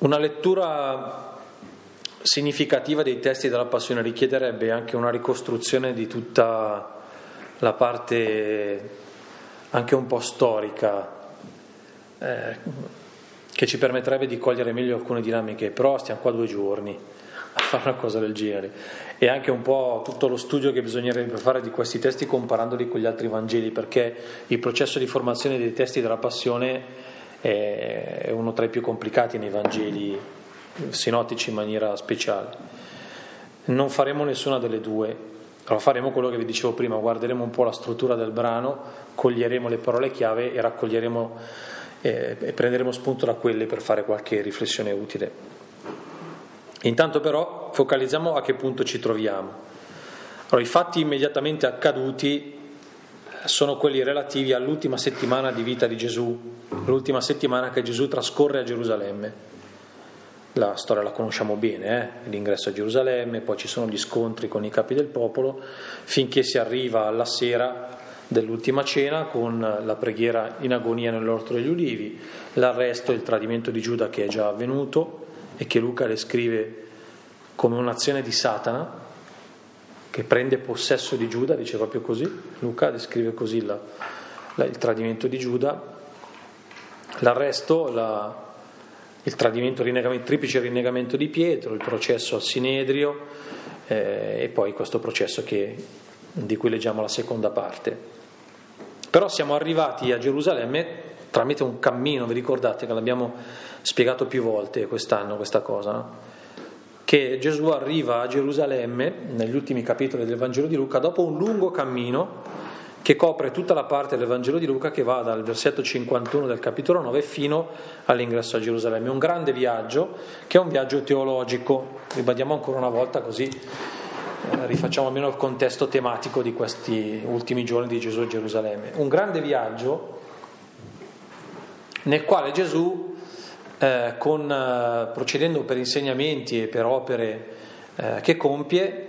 Una lettura significativa dei testi della Passione richiederebbe anche una ricostruzione di tutta la parte anche un po' storica, che ci permetterebbe di cogliere meglio alcune dinamiche, però stiamo qua 2 giorni a fare una cosa del genere, e anche un po' tutto lo studio che bisognerebbe fare di questi testi comparandoli con gli altri Vangeli, perché il processo di formazione dei testi della Passione è uno tra i più complicati nei Vangeli sinottici in maniera speciale. Non faremo nessuna delle due, allora faremo quello che vi dicevo prima: guarderemo un po' la struttura del brano, coglieremo le parole chiave e raccoglieremo e prenderemo spunto da quelle per fare qualche riflessione utile. Intanto però focalizziamo a che punto ci troviamo. Allora, i fatti immediatamente accaduti sono quelli relativi all'ultima settimana di vita di Gesù, l'ultima settimana che Gesù trascorre a Gerusalemme. La storia la conosciamo bene, l'ingresso a Gerusalemme, poi ci sono gli scontri con i capi del popolo, finché si arriva alla sera dell'ultima cena con la preghiera in agonia nell'orto degli ulivi, l'arresto e il tradimento di Giuda che è già avvenuto e che Luca descrive come un'azione di Satana che prende possesso di Giuda, dice proprio così, Luca descrive così il tradimento di Giuda, l'arresto, il tradimento, il triplice rinnegamento di Pietro, il processo al Sinedrio e poi questo processo di cui leggiamo la seconda parte. Però siamo arrivati a Gerusalemme tramite un cammino, vi ricordate che l'abbiamo spiegato più volte quest'anno questa cosa, no? Che Gesù arriva a Gerusalemme negli ultimi capitoli del Vangelo di Luca dopo un lungo cammino che copre tutta la parte del Vangelo di Luca che va dal versetto 51 del capitolo 9 fino all'ingresso a Gerusalemme. Un grande viaggio che è un viaggio teologico, ribadiamo ancora una volta così rifacciamo almeno il contesto tematico di questi ultimi giorni di Gesù a Gerusalemme. Un grande viaggio nel quale Gesù procedendo per insegnamenti e per opere che compie,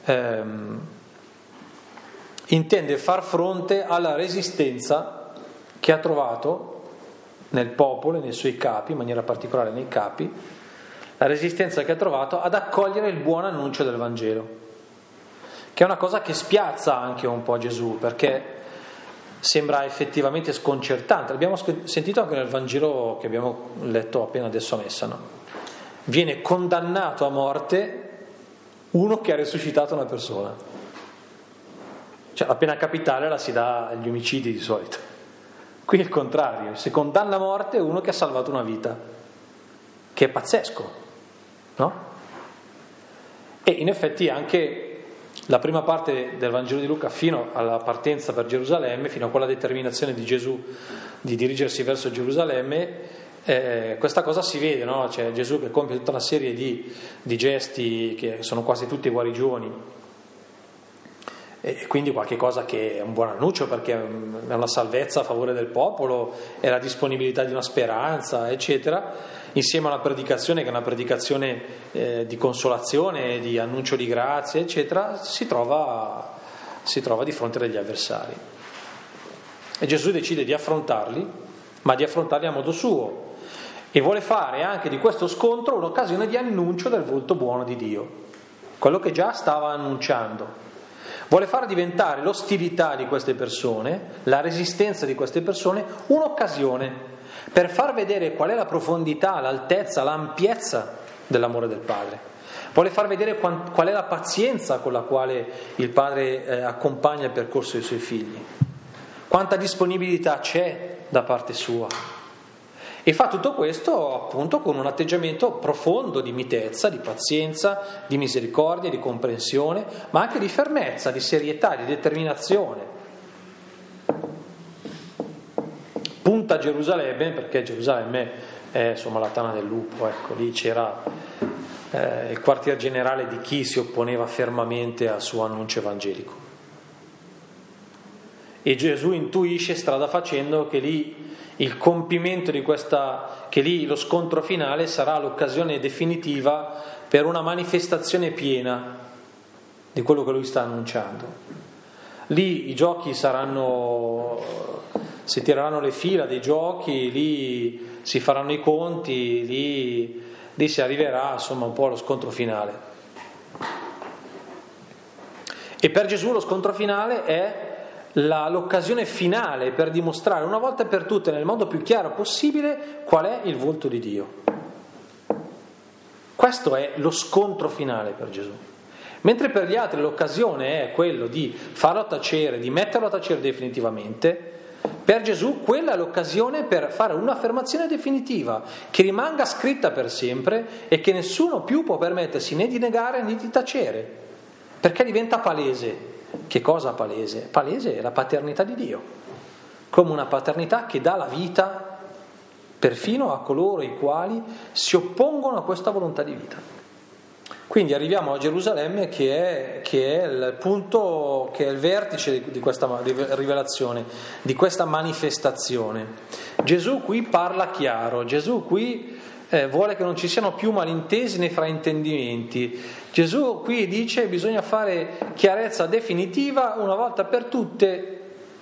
intende far fronte alla resistenza che ha trovato nel popolo e nei suoi capi, in maniera particolare nei capi, la resistenza che ha trovato ad accogliere il buon annuncio del Vangelo, che è una cosa che spiazza anche un po' Gesù, perché sembra effettivamente sconcertante. L'abbiamo sentito anche nel Vangelo che abbiamo letto appena adesso a messa, no? Viene condannato a morte uno che ha resuscitato una persona. Cioè la pena capitale la si dà agli omicidi di solito. Qui è il contrario, si condanna a morte uno che ha salvato una vita, che è pazzesco, no? E in effetti anche la prima parte del Vangelo di Luca fino alla partenza per Gerusalemme, fino a quella determinazione di Gesù di dirigersi verso Gerusalemme, questa cosa si vede, no? C'è Gesù che compie tutta una serie di gesti che sono quasi tutti guarigioni, e quindi qualche cosa che è un buon annuncio, perché è una salvezza a favore del popolo, è la disponibilità di una speranza, eccetera, insieme a una predicazione che è una predicazione di consolazione, di annuncio di grazia, eccetera, si trova di fronte agli avversari. E Gesù decide di affrontarli, ma di affrontarli a modo suo, e vuole fare anche di questo scontro un'occasione di annuncio del volto buono di Dio, quello che già stava annunciando. Vuole far diventare l'ostilità di queste persone, la resistenza di queste persone, un'occasione per far vedere qual è la profondità, l'altezza, l'ampiezza dell'amore del Padre. Vuole far vedere qual è la pazienza con la quale il Padre accompagna il percorso dei suoi figli, quanta disponibilità c'è da parte sua. E fa tutto questo appunto con un atteggiamento profondo di mitezza, di pazienza, di misericordia, di comprensione, ma anche di fermezza, di serietà, di determinazione. Punta a Gerusalemme, perché Gerusalemme è insomma la tana del lupo, ecco, lì c'era il quartier generale di chi si opponeva fermamente al suo annuncio evangelico. E Gesù intuisce strada facendo che lì il compimento di che lì lo scontro finale sarà l'occasione definitiva per una manifestazione piena di quello che lui sta annunciando. Lì i giochi si tireranno le fila dei giochi, lì si faranno i conti, lì lì si arriverà insomma un po' allo scontro finale. E per Gesù lo scontro finale è l'occasione finale per dimostrare una volta per tutte nel modo più chiaro possibile qual è il volto di Dio. Questo è lo scontro finale per Gesù. Mentre per gli altri l'occasione è quello di farlo tacere, di metterlo a tacere definitivamente, per Gesù quella è l'occasione per fare un'affermazione definitiva che rimanga scritta per sempre e che nessuno più può permettersi né di negare né di tacere, perché diventa palese. Che cosa palese? Palese è la paternità di Dio, come una paternità che dà la vita perfino a coloro i quali si oppongono a questa volontà di vita. Quindi arriviamo a Gerusalemme che è il punto, che è il vertice di questa rivelazione, di questa manifestazione. Gesù qui parla chiaro, Gesù qui vuole che non ci siano più malintesi né fraintendimenti. Gesù qui dice che bisogna fare chiarezza definitiva una volta per tutte.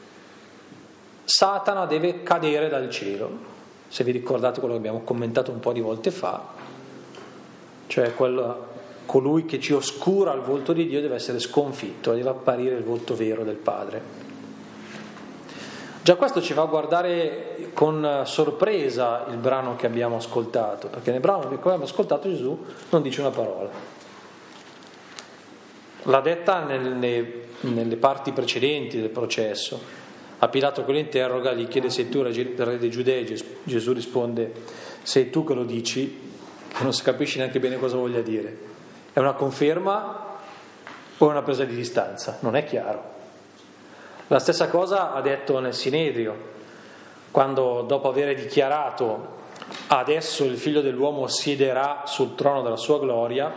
Satana deve cadere dal cielo. Se vi ricordate quello che abbiamo commentato un po' di volte fa, cioè colui che ci oscura il volto di Dio deve essere sconfitto, deve apparire il volto vero del Padre. Già questo ci fa guardare con sorpresa il brano che abbiamo ascoltato, perché nel brano che abbiamo ascoltato Gesù non dice una parola. L'ha detta nelle parti precedenti del processo. A Pilato che lo interroga, gli chiede: sei tu il re dei Giudei? Gesù risponde: sei tu che lo dici, che non si capisce neanche bene cosa voglia dire. È una conferma o è una presa di distanza? Non è chiaro. La stessa cosa ha detto nel Sinedrio, quando dopo aver dichiarato adesso il figlio dell'uomo siederà sul trono della sua gloria,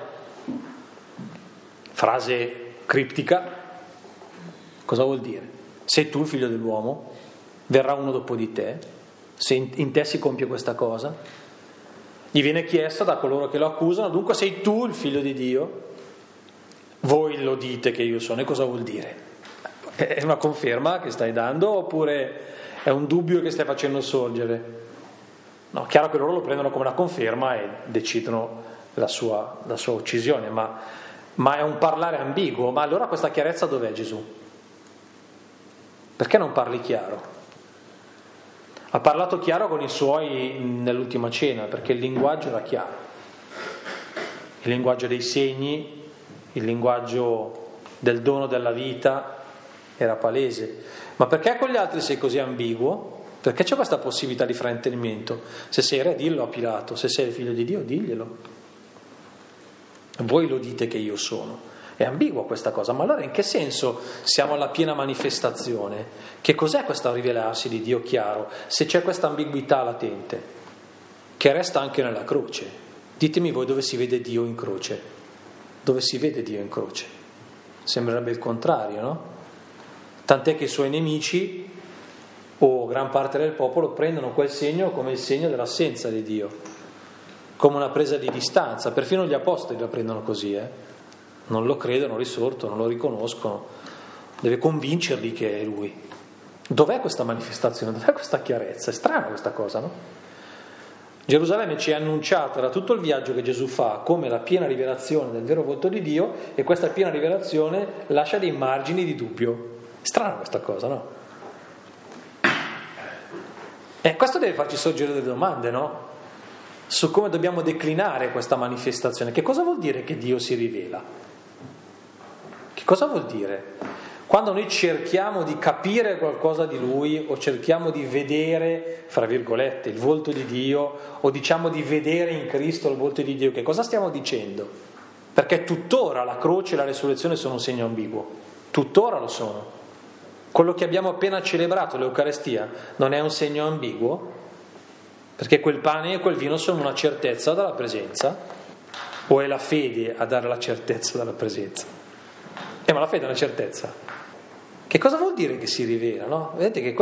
frase criptica, cosa vuol dire? Sei tu il figlio dell'uomo? Verrà uno dopo di te? Se in te si compie questa cosa? Gli viene chiesto da coloro che lo accusano: dunque sei tu il figlio di Dio? Voi lo dite che io sono, e cosa vuol dire? È una conferma che stai dando oppure è un dubbio che stai facendo sorgere? No, chiaro che loro lo prendono come una conferma e decidono la sua uccisione, ma è un parlare ambiguo. Ma allora questa chiarezza dov'è, Gesù? Perché non parli chiaro? Ha parlato chiaro con i suoi nell'ultima cena, perché il linguaggio era chiaro. Il linguaggio dei segni, il linguaggio del dono della vita era palese. Ma perché con gli altri sei così ambiguo? Perché c'è questa possibilità di fraintendimento? Se sei re, dillo a Pilato; se sei il figlio di Dio, diglielo. Voi lo dite che io sono. È ambigua questa cosa, ma allora in che senso siamo alla piena manifestazione? Che cos'è questo rivelarsi di Dio chiaro, se c'è questa ambiguità latente, che resta anche nella croce? Ditemi voi dove si vede Dio in croce. Dove si vede Dio in croce? Sembrerebbe il contrario, no? Tant'è che i suoi nemici o gran parte del popolo prendono quel segno come il segno dell'assenza di Dio, come una presa di distanza. Perfino gli apostoli la prendono così, non lo credono risorto, non lo riconoscono, deve convincerli che è lui. Dov'è questa manifestazione? Dov'è questa chiarezza? È strana questa cosa, no? Gerusalemme ci è annunciata da tutto il viaggio che Gesù fa come la piena rivelazione del vero volto di Dio, e questa piena rivelazione lascia dei margini di dubbio. È strana questa cosa, no? E questo deve farci sorgere delle domande, no? Su come dobbiamo declinare questa manifestazione. Che cosa vuol dire che Dio si rivela? Che cosa vuol dire? Quando noi cerchiamo di capire qualcosa di Lui, o cerchiamo di vedere, fra virgolette, il volto di Dio, o diciamo di vedere in Cristo il volto di Dio, che cosa stiamo dicendo? Perché tuttora la croce e la resurrezione sono un segno ambiguo. Tuttora lo sono. Quello che abbiamo appena celebrato, l'Eucarestia, non è un segno ambiguo? Perché quel pane e quel vino sono una certezza dalla presenza? O è la fede a dare la certezza dalla presenza? Ma la fede è una certezza. Che cosa vuol dire che si rivela, no? Vedete che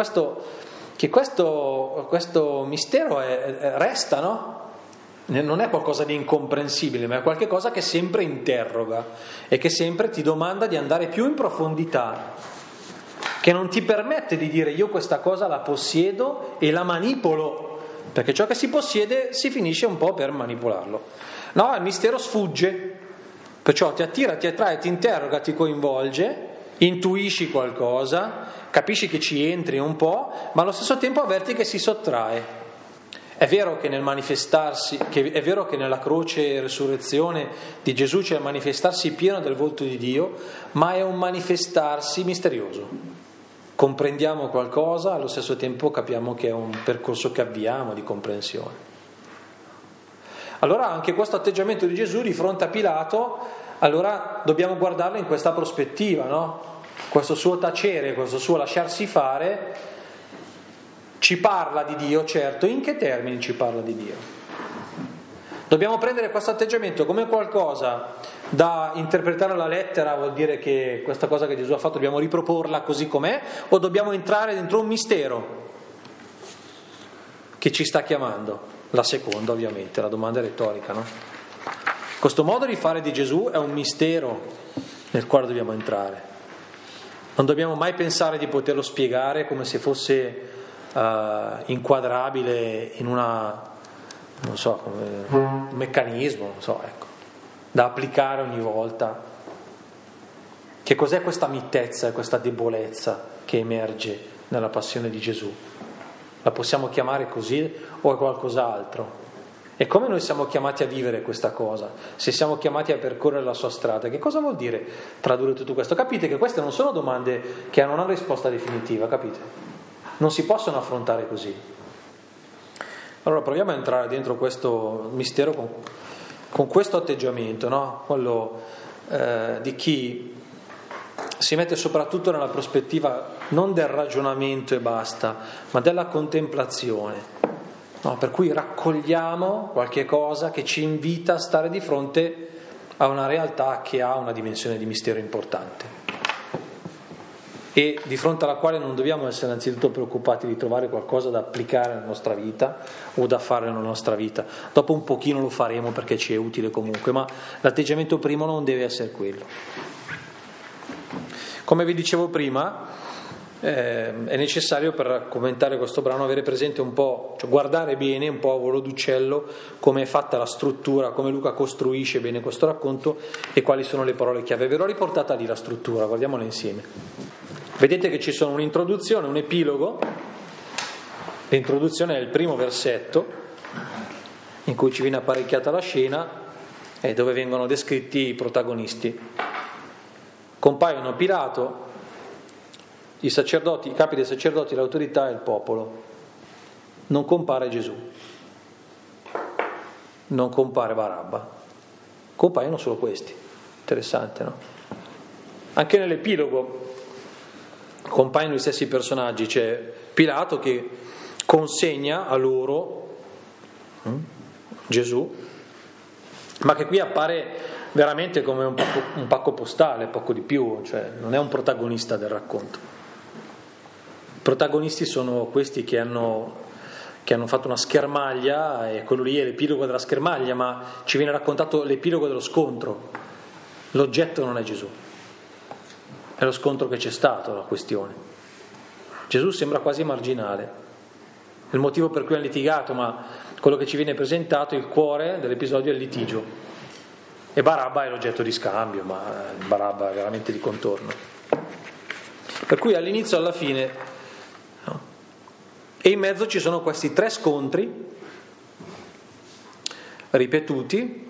questo mistero resta, no? Non è qualcosa di incomprensibile, ma è qualcosa che sempre interroga e che sempre ti domanda di andare più in profondità, che non ti permette di dire io questa cosa la possiedo e la manipolo perché ciò che si possiede si finisce un po' per manipolarlo. No, il mistero sfugge, perciò ti attira, ti attrae, ti interroga, ti coinvolge, intuisci qualcosa, capisci che ci entri un po', ma allo stesso tempo avverti che si sottrae. È vero che nel manifestarsi, è vero che nella croce e resurrezione di Gesù c'è il manifestarsi pieno del volto di Dio, ma è un manifestarsi misterioso. Comprendiamo qualcosa, allo stesso tempo capiamo che è un percorso che avviamo di comprensione. Allora anche questo atteggiamento di Gesù di fronte a Pilato, allora dobbiamo guardarlo in questa prospettiva, no? Questo suo tacere, questo suo lasciarsi fare ci parla di Dio, certo. In che termini ci parla di Dio? Dobbiamo prendere questo atteggiamento come qualcosa da interpretare alla lettera, vuol dire che questa cosa che Gesù ha fatto dobbiamo riproporla così com'è, o dobbiamo entrare dentro un mistero che ci sta chiamando? La seconda, ovviamente, la domanda è retorica, no? Questo modo di fare di Gesù è un mistero nel quale dobbiamo entrare. Non dobbiamo mai pensare di poterlo spiegare come se fosse inquadrabile in un meccanismo, ecco, da applicare ogni volta. Che cos'è questa mitezza e questa debolezza che emerge nella passione di Gesù? La possiamo chiamare così o è qualcos'altro? E come noi siamo chiamati a vivere questa cosa? Se siamo chiamati a percorrere la sua strada, che cosa vuol dire tradurre tutto questo? Capite che queste non sono domande che hanno una risposta definitiva, capite? Non si possono affrontare così. Allora proviamo a entrare dentro questo mistero con questo atteggiamento, no? Quello di chi si mette soprattutto nella prospettiva non del ragionamento e basta, ma della contemplazione, no? Per cui raccogliamo qualche cosa che ci invita a stare di fronte a una realtà che ha una dimensione di mistero importante e di fronte alla quale non dobbiamo essere innanzitutto preoccupati di trovare qualcosa da applicare nella nostra vita o da fare nella nostra vita. Dopo un pochino lo faremo perché ci è utile comunque, ma l'atteggiamento primo non deve essere quello. Come vi dicevo prima, è necessario per commentare questo brano avere presente un po', cioè guardare bene un po' a volo d'uccello come è fatta la struttura, come Luca costruisce bene questo racconto e quali sono le parole chiave. Ve l'ho riportata lì la struttura, guardiamola insieme. Vedete che ci sono un'introduzione, un epilogo. L'introduzione è il primo versetto in cui ci viene apparecchiata la scena e dove vengono descritti i protagonisti. Compaiono Pilato, i sacerdoti, i capi dei sacerdoti, l'autorità e il popolo. Non compare Gesù, non compare Barabba, compaiono solo questi. Interessante, no? Anche nell'epilogo compaiono gli stessi personaggi, c'è Pilato che consegna a loro Gesù, ma che qui appare veramente come un pacco postale, poco di più, cioè non è un protagonista del racconto. I protagonisti sono questi che hanno fatto una schermaglia, e quello lì è l'epilogo della schermaglia, ma ci viene raccontato l'epilogo dello scontro. L'oggetto non è Gesù, è lo scontro che c'è stato, la questione. Gesù sembra quasi marginale, è il motivo per cui hanno litigato, ma quello che ci viene presentato, il cuore dell'episodio è il litigio, e Barabba è l'oggetto di scambio, ma Barabba è veramente di contorno. Per cui all'inizio e alla fine, no? E in mezzo ci sono questi tre scontri ripetuti,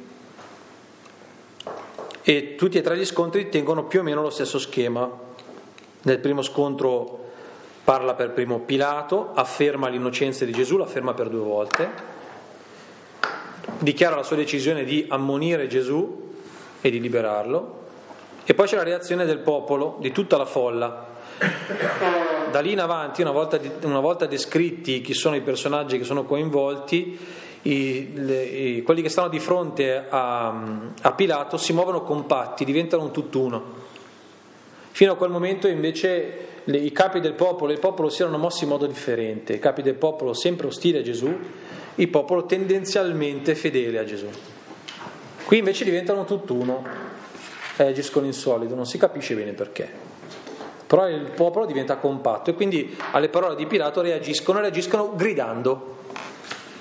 e tutti e tre gli scontri tengono più o meno lo stesso schema. Nel primo scontro parla per primo Pilato, afferma l'innocenza di Gesù, l'afferma per 2 volte, dichiara la sua decisione di ammonire Gesù e di liberarlo, e poi c'è la reazione del popolo, di tutta la folla. Da lì in avanti, una volta descritti chi sono i personaggi che sono coinvolti, quelli che stanno di fronte a Pilato si muovono compatti, diventano un tutt'uno. Fino a quel momento invece i capi del popolo e il popolo si erano mossi in modo differente. I capi del popolo sempre ostili a Gesù, il popolo tendenzialmente fedele a Gesù. Qui invece diventano tutt'uno e agiscono in solido, non si capisce bene perché. Però il popolo diventa compatto e quindi alle parole di Pilato reagiscono gridando.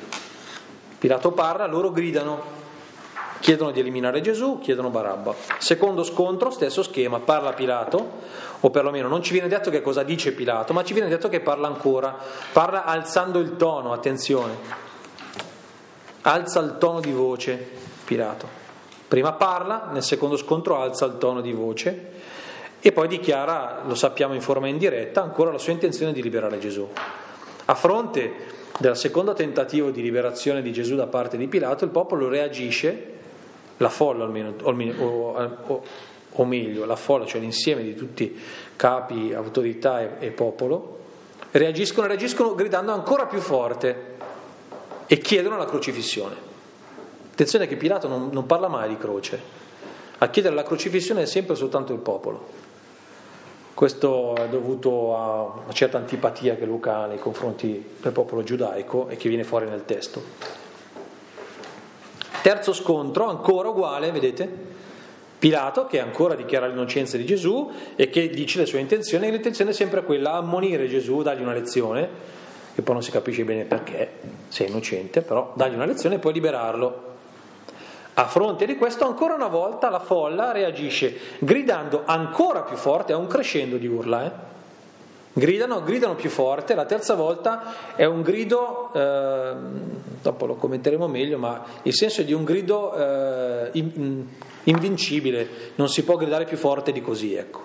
Pilato parla, loro gridano, chiedono di eliminare Gesù, chiedono Barabba. Secondo scontro, stesso schema, parla Pilato, o perlomeno non ci viene detto che cosa dice Pilato, ma ci viene detto che parla ancora, parla alzando il tono, attenzione, alza il tono di voce Pilato. Prima parla, nel secondo scontro alza il tono di voce e poi dichiara, lo sappiamo in forma indiretta, ancora la sua intenzione di liberare Gesù. A fronte del secondo tentativo di liberazione di Gesù da parte di Pilato, il popolo reagisce, la folla almeno, o meglio, la folla, cioè l'insieme di tutti capi, autorità e popolo, reagiscono gridando ancora più forte e chiedono la crocifissione. Attenzione che Pilato non parla mai di croce, a chiedere la crocifissione è sempre soltanto il popolo. Questo è dovuto a una certa antipatia che Luca ha nei confronti del popolo giudaico e che viene fuori nel testo. Terzo scontro, ancora uguale, vedete? Pilato che ancora dichiara l'innocenza di Gesù e che dice le sue intenzioni, e l'intenzione è sempre quella, ammonire Gesù, dargli una lezione, che poi non si capisce bene perché, se è innocente, però dargli una lezione e poi liberarlo. A fronte di questo, ancora una volta la folla reagisce, gridando ancora più forte, a un crescendo di urla, Gridano più forte, la terza volta è un grido, dopo lo commenteremo meglio, ma il senso è di un grido invincibile, non si può gridare più forte di così, ecco.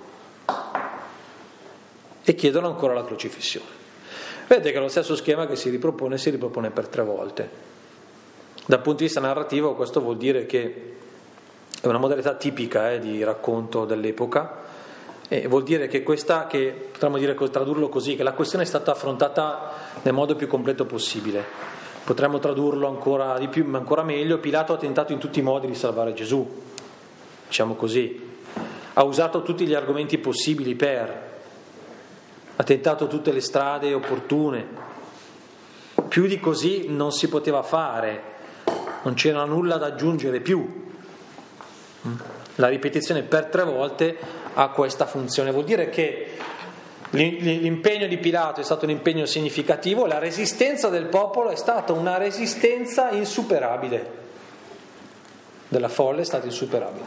E chiedono ancora la crocifissione. Vedete che è lo stesso schema che si ripropone per 3 volte. Dal punto di vista narrativo questo vuol dire che è una modalità tipica di racconto dell'epoca. Vuol dire che potremmo dire, tradurlo così, che la questione è stata affrontata nel modo più completo possibile. Potremmo tradurlo ancora di più, ma ancora meglio. Pilato ha tentato in tutti i modi di salvare Gesù, diciamo così. Ha usato tutti gli argomenti possibili ha tentato tutte le strade opportune. Più di così non si poteva fare, non c'era nulla da aggiungere più. La ripetizione per 3 volte ha questa funzione, vuol dire che l'impegno di Pilato è stato un impegno significativo, la resistenza del popolo è stata una resistenza insuperabile, della folla è stata insuperabile.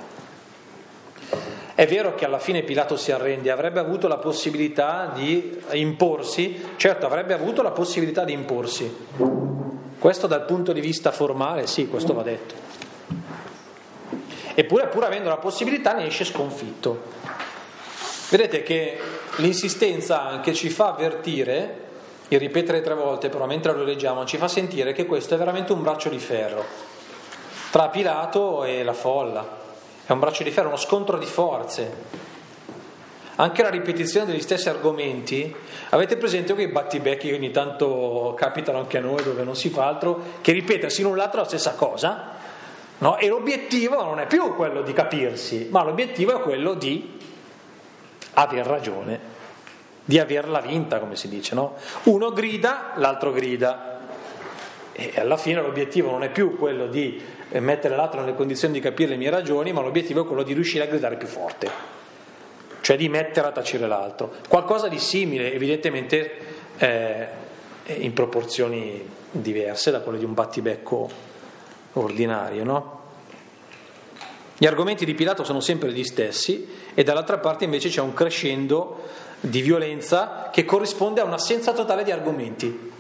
È vero che alla fine Pilato si arrende, avrebbe avuto la possibilità di imporsi, certo avrebbe avuto la possibilità di imporsi, questo dal punto di vista formale, sì, questo va detto. Eppure, pur avendo la possibilità, ne esce sconfitto. Vedete che l'insistenza anche ci fa avvertire, il ripetere 3 volte, però mentre lo leggiamo, ci fa sentire che questo è veramente un braccio di ferro tra Pilato e la folla. È un braccio di ferro, uno scontro di forze. Anche la ripetizione degli stessi argomenti, avete presente quei battibecchi che ogni tanto capitano anche a noi, dove non si fa altro che ripetersi l'un l'altro la stessa cosa? No? E l'obiettivo non è più quello di capirsi, ma l'obiettivo è quello di aver ragione, di averla vinta, come si dice, no? Uno grida, l'altro grida, e alla fine l'obiettivo non è più quello di mettere l'altro nelle condizioni di capire le mie ragioni, ma l'obiettivo è quello di riuscire a gridare più forte, cioè di mettere a tacere l'altro. Qualcosa di simile, evidentemente in proporzioni diverse da quelle di un battibecco ordinario, no? Gli argomenti di Pilato sono sempre gli stessi e dall'altra parte invece c'è un crescendo di violenza che corrisponde a un'assenza totale di argomenti.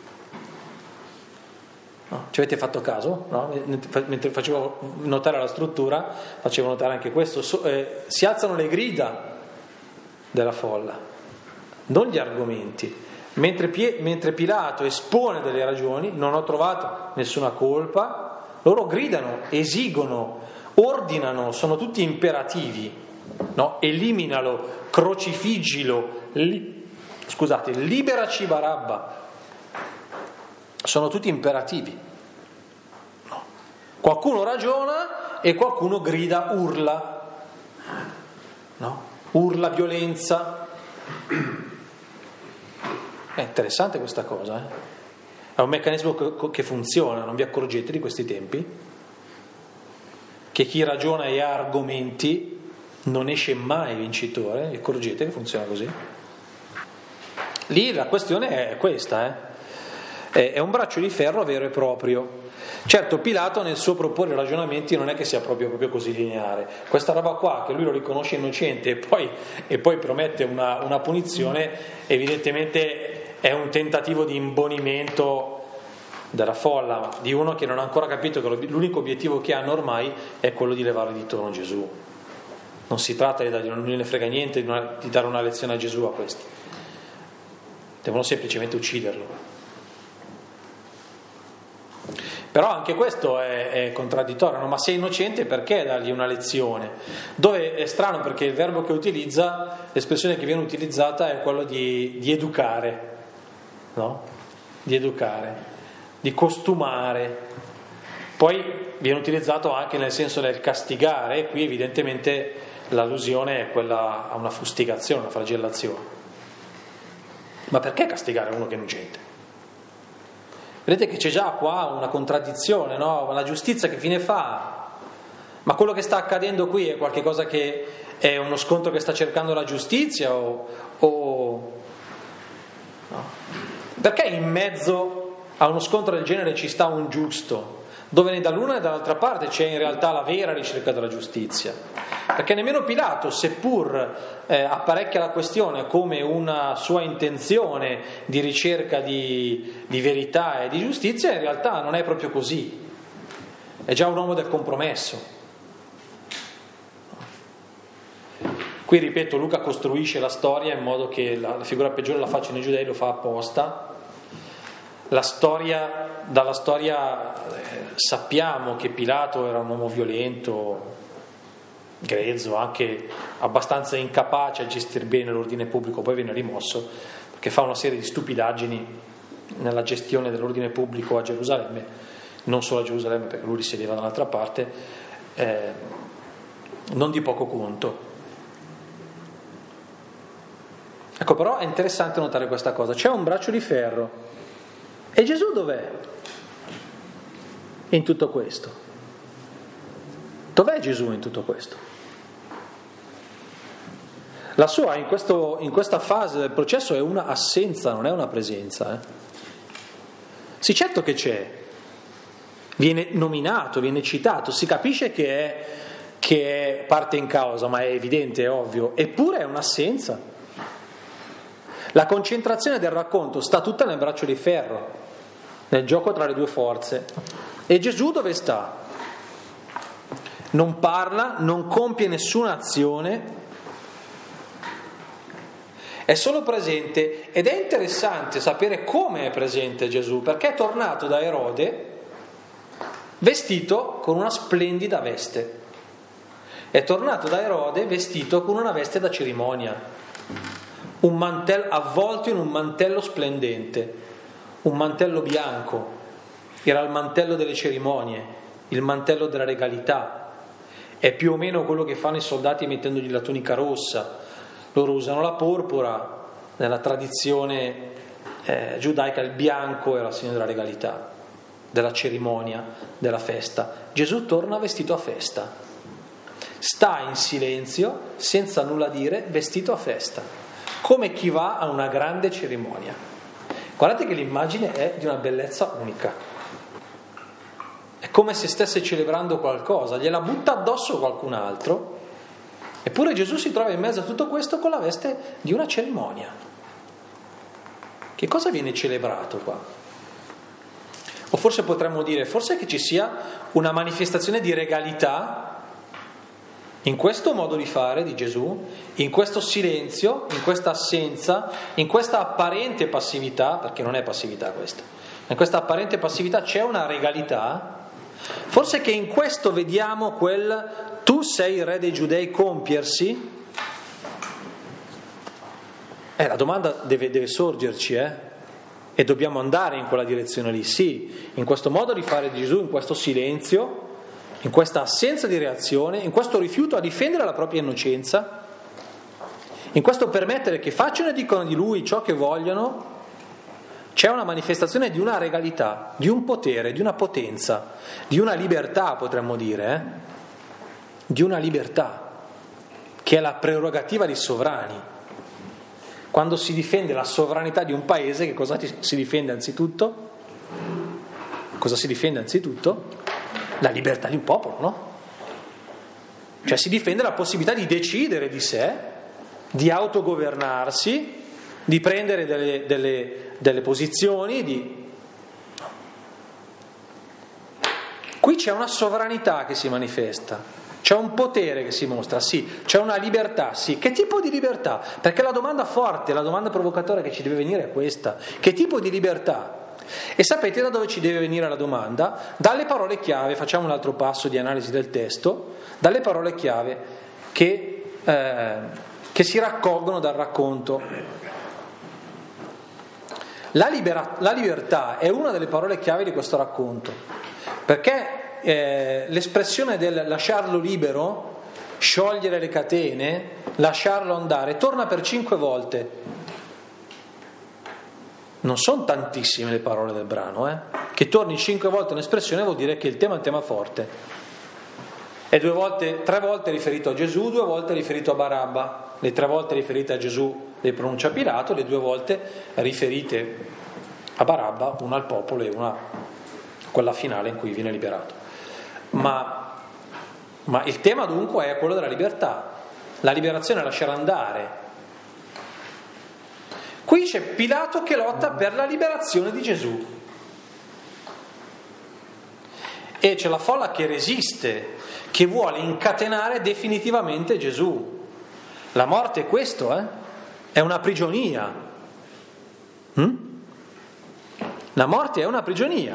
No? Ci avete fatto caso? No? Mentre facevo notare la struttura, facevo notare anche questo, si alzano le grida della folla, non gli argomenti. Mentre Pilato espone delle ragioni, non ho trovato nessuna colpa, loro gridano, esigono, ordinano, sono tutti imperativi, no? Eliminalo, crocifiggilo, liberaci Barabba. Sono tutti imperativi. No. Qualcuno ragiona e qualcuno grida, urla, no? Urla violenza. È interessante questa cosa, È un meccanismo che funziona, non vi accorgete di questi tempi? Che chi ragiona e ha argomenti non esce mai vincitore, vi accorgete che funziona così? Lì la questione è questa, è un braccio di ferro vero e proprio. Certo, Pilato nel suo proporre ragionamenti non è che sia proprio così lineare. Questa roba qua, che lui lo riconosce innocente e poi promette una punizione, evidentemente è un tentativo di imbonimento della folla, di uno che non ha ancora capito che l'unico obiettivo che hanno ormai è quello di levare di torno Gesù. Non si tratta di dargli, non gliene frega niente di dare una lezione a Gesù a questi, devono semplicemente ucciderlo. Però anche questo è contraddittorio, no? Ma sei innocente, perché dargli una lezione? Dove è strano, perché il verbo che utilizza, l'espressione che viene utilizzata è quello di educare, no? Di educare, di costumare. Poi viene utilizzato anche nel senso del castigare, e qui evidentemente l'allusione è quella a una fustigazione, una flagellazione. Ma perché castigare uno che è innocente? Vedete che c'è già qua una contraddizione, no? La giustizia che fine fa? Ma quello che sta accadendo qui è qualcosa che è uno scontro che sta cercando la giustizia o... No. Perché in mezzo a uno scontro del genere ci sta un giusto, dove né dall'una né dall'altra parte c'è in realtà la vera ricerca della giustizia? Perché nemmeno Pilato, seppur apparecchia la questione come una sua intenzione di ricerca di verità e di giustizia, in realtà non è proprio così. È già un uomo del compromesso. Qui, ripeto, Luca costruisce la storia in modo che la figura peggiore la facciano i giudei, lo fa apposta. Dalla storia sappiamo che Pilato era un uomo violento, grezzo, anche abbastanza incapace a gestire bene l'ordine pubblico, poi viene rimosso perché fa una serie di stupidaggini nella gestione dell'ordine pubblico a Gerusalemme, non solo a Gerusalemme perché lui risiedeva dall'altra parte, non di poco conto. Ecco, però è interessante notare questa cosa: c'è un braccio di ferro, e Gesù dov'è in tutto questo? Dov'è Gesù in tutto questo? La sua in questa fase del processo è una assenza, non è una presenza. Sì, certo che c'è, viene nominato, viene citato, si capisce che è parte in causa, ma è evidente, è ovvio, eppure è un'assenza. La concentrazione del racconto sta tutta nel braccio di ferro, nel gioco tra le due forze. E Gesù dove sta? Non parla, non compie nessuna azione, è solo presente. Ed è interessante sapere come è presente Gesù, perché è tornato da Erode vestito con una splendida veste. È tornato da Erode vestito con una veste da cerimonia, un mantello avvolto in un mantello splendente, un mantello bianco. Era il mantello delle cerimonie, il mantello della regalità. È più o meno quello che fanno i soldati mettendogli la tunica rossa. Loro usano la porpora, nella tradizione giudaica il bianco era il segno della regalità, della cerimonia, della festa. Gesù torna vestito a festa, sta in silenzio, senza nulla dire, vestito a festa, come chi va a una grande cerimonia. Guardate che l'immagine è di una bellezza unica, è come se stesse celebrando qualcosa, gliela butta addosso qualcun altro. Eppure Gesù si trova in mezzo a tutto questo con la veste di una cerimonia. Che cosa viene celebrato qua? O forse potremmo dire, forse che ci sia una manifestazione di regalità in questo modo di fare di Gesù, in questo silenzio, in questa assenza, in questa apparente passività, perché non è passività questa, in questa apparente passività c'è una regalità. Forse che in questo vediamo quel tu sei il re dei giudei compiersi? La domanda deve sorgerci, e dobbiamo andare in quella direzione lì, sì, in questo modo di fare di Gesù, in questo silenzio, in questa assenza di reazione, in questo rifiuto a difendere la propria innocenza, in questo permettere che facciano e dicano di lui ciò che vogliono. C'è una manifestazione di una regalità, di un potere, di una potenza, di una libertà, potremmo dire, di una libertà, che è la prerogativa dei sovrani. Quando si difende la sovranità di un paese, che cosa si difende anzitutto? Cosa si difende anzitutto? La libertà di un popolo, no? Cioè si difende la possibilità di decidere di sé, di autogovernarsi, di prendere delle posizioni, Qui c'è una sovranità che si manifesta, c'è un potere che si mostra, sì, c'è una libertà, sì. Che tipo di libertà? Perché la domanda forte, la domanda provocatoria che ci deve venire è questa: che tipo di libertà? E sapete da dove ci deve venire la domanda? Dalle parole chiave, facciamo un altro passo di analisi del testo, dalle parole chiave che si raccolgono dal racconto. La libertà è una delle parole chiave di questo racconto, perché l'espressione del lasciarlo libero, sciogliere le catene, lasciarlo andare, torna per 5 volte. Non sono tantissime le parole del brano, che torni 5 volte un'espressione vuol dire che il tema è un tema forte. È 3 volte riferito a Gesù, 2 volte riferito a Barabba. Le 3 volte riferite a Gesù le pronuncia Pilato, le 2 volte riferite a Barabba, una al popolo e una quella finale in cui viene liberato. Ma il tema dunque è quello della libertà, la liberazione, lasciare andare. Qui c'è Pilato che lotta per la liberazione di Gesù e c'è la folla che resiste, che vuole incatenare definitivamente Gesù. La morte è questo, è una prigionia. La morte è una prigionia.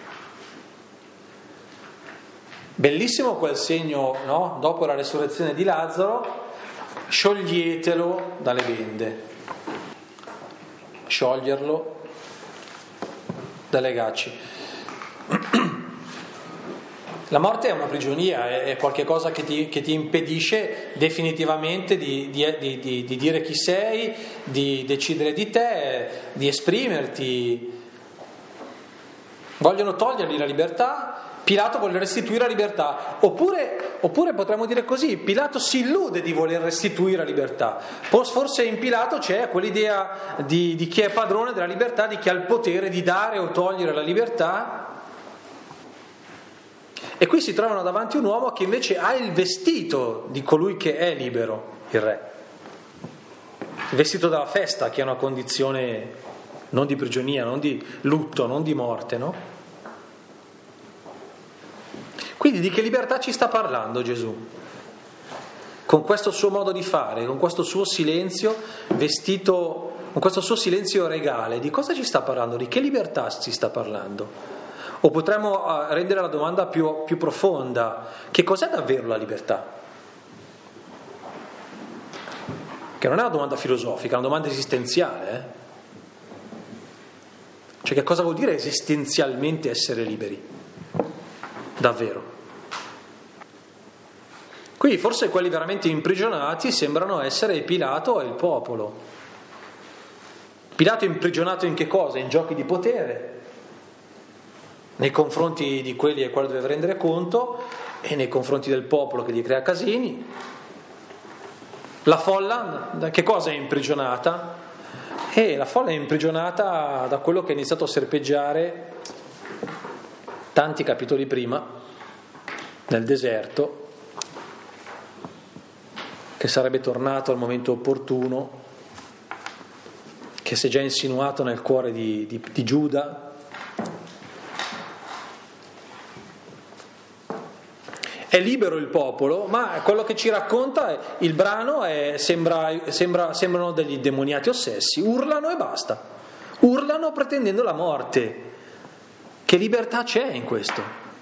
Bellissimo quel segno, no? Dopo la resurrezione di Lazzaro, scioglietelo dalle bende. Scioglierlo dalle legacci. La morte è una prigionia, è qualcosa che ti impedisce definitivamente di dire chi sei, di decidere di te, di esprimerti. Vogliono togliergli la libertà. Pilato vuole restituire la libertà, oppure potremmo dire così: Pilato si illude di voler restituire la libertà. Forse in Pilato c'è quell'idea di chi è padrone della libertà, di chi ha il potere di dare o togliere la libertà. E qui si trovano davanti un uomo che invece ha il vestito di colui che è libero, il re. Il vestito della festa, che è una condizione non di prigionia, non di lutto, non di morte, no? Quindi di che libertà ci sta parlando Gesù? Con questo suo modo di fare, con questo suo silenzio vestito, con questo suo silenzio regale, di cosa ci sta parlando? Di che libertà ci sta parlando? O potremmo rendere la domanda più profonda: che cos'è davvero la libertà? Che non è una domanda filosofica, è una domanda esistenziale. Cioè, che cosa vuol dire esistenzialmente essere liberi? Davvero. Qui forse quelli veramente imprigionati sembrano essere Pilato e il popolo. Pilato è imprigionato in che cosa? In giochi di potere, nei confronti di quelli ai quali deve rendere conto e nei confronti del popolo che gli crea casini. La folla da che cosa è imprigionata? La folla è imprigionata da quello che è iniziato a serpeggiare tanti capitoli prima, nel deserto, che sarebbe tornato al momento opportuno, che si è già insinuato nel cuore di Giuda. È libero il popolo, ma quello che ci racconta il brano sembrano degli demoniati ossessi, urlano e basta, urlano pretendendo la morte. Che libertà c'è in questo?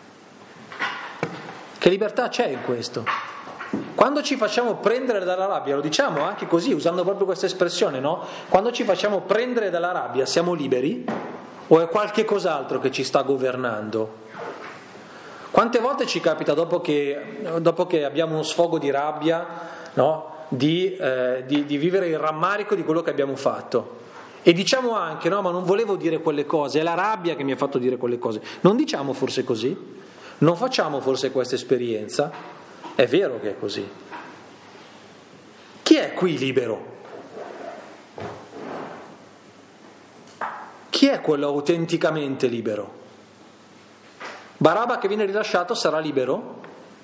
Che libertà c'è in questo? Quando ci facciamo prendere dalla rabbia, lo diciamo anche così, usando proprio questa espressione, no? Quando ci facciamo prendere dalla rabbia, siamo liberi? O è qualche cos'altro che ci sta governando? Quante volte ci capita, dopo che abbiamo uno sfogo di rabbia, no? di vivere il rammarico di quello che abbiamo fatto? E diciamo anche: no, ma non volevo dire quelle cose, è la rabbia che mi ha fatto dire quelle cose. Non diciamo forse così? Non facciamo forse questa esperienza? È vero che è così. Chi è qui libero? Chi Chi è quello autenticamente libero? Barabba che viene rilasciato sarà libero?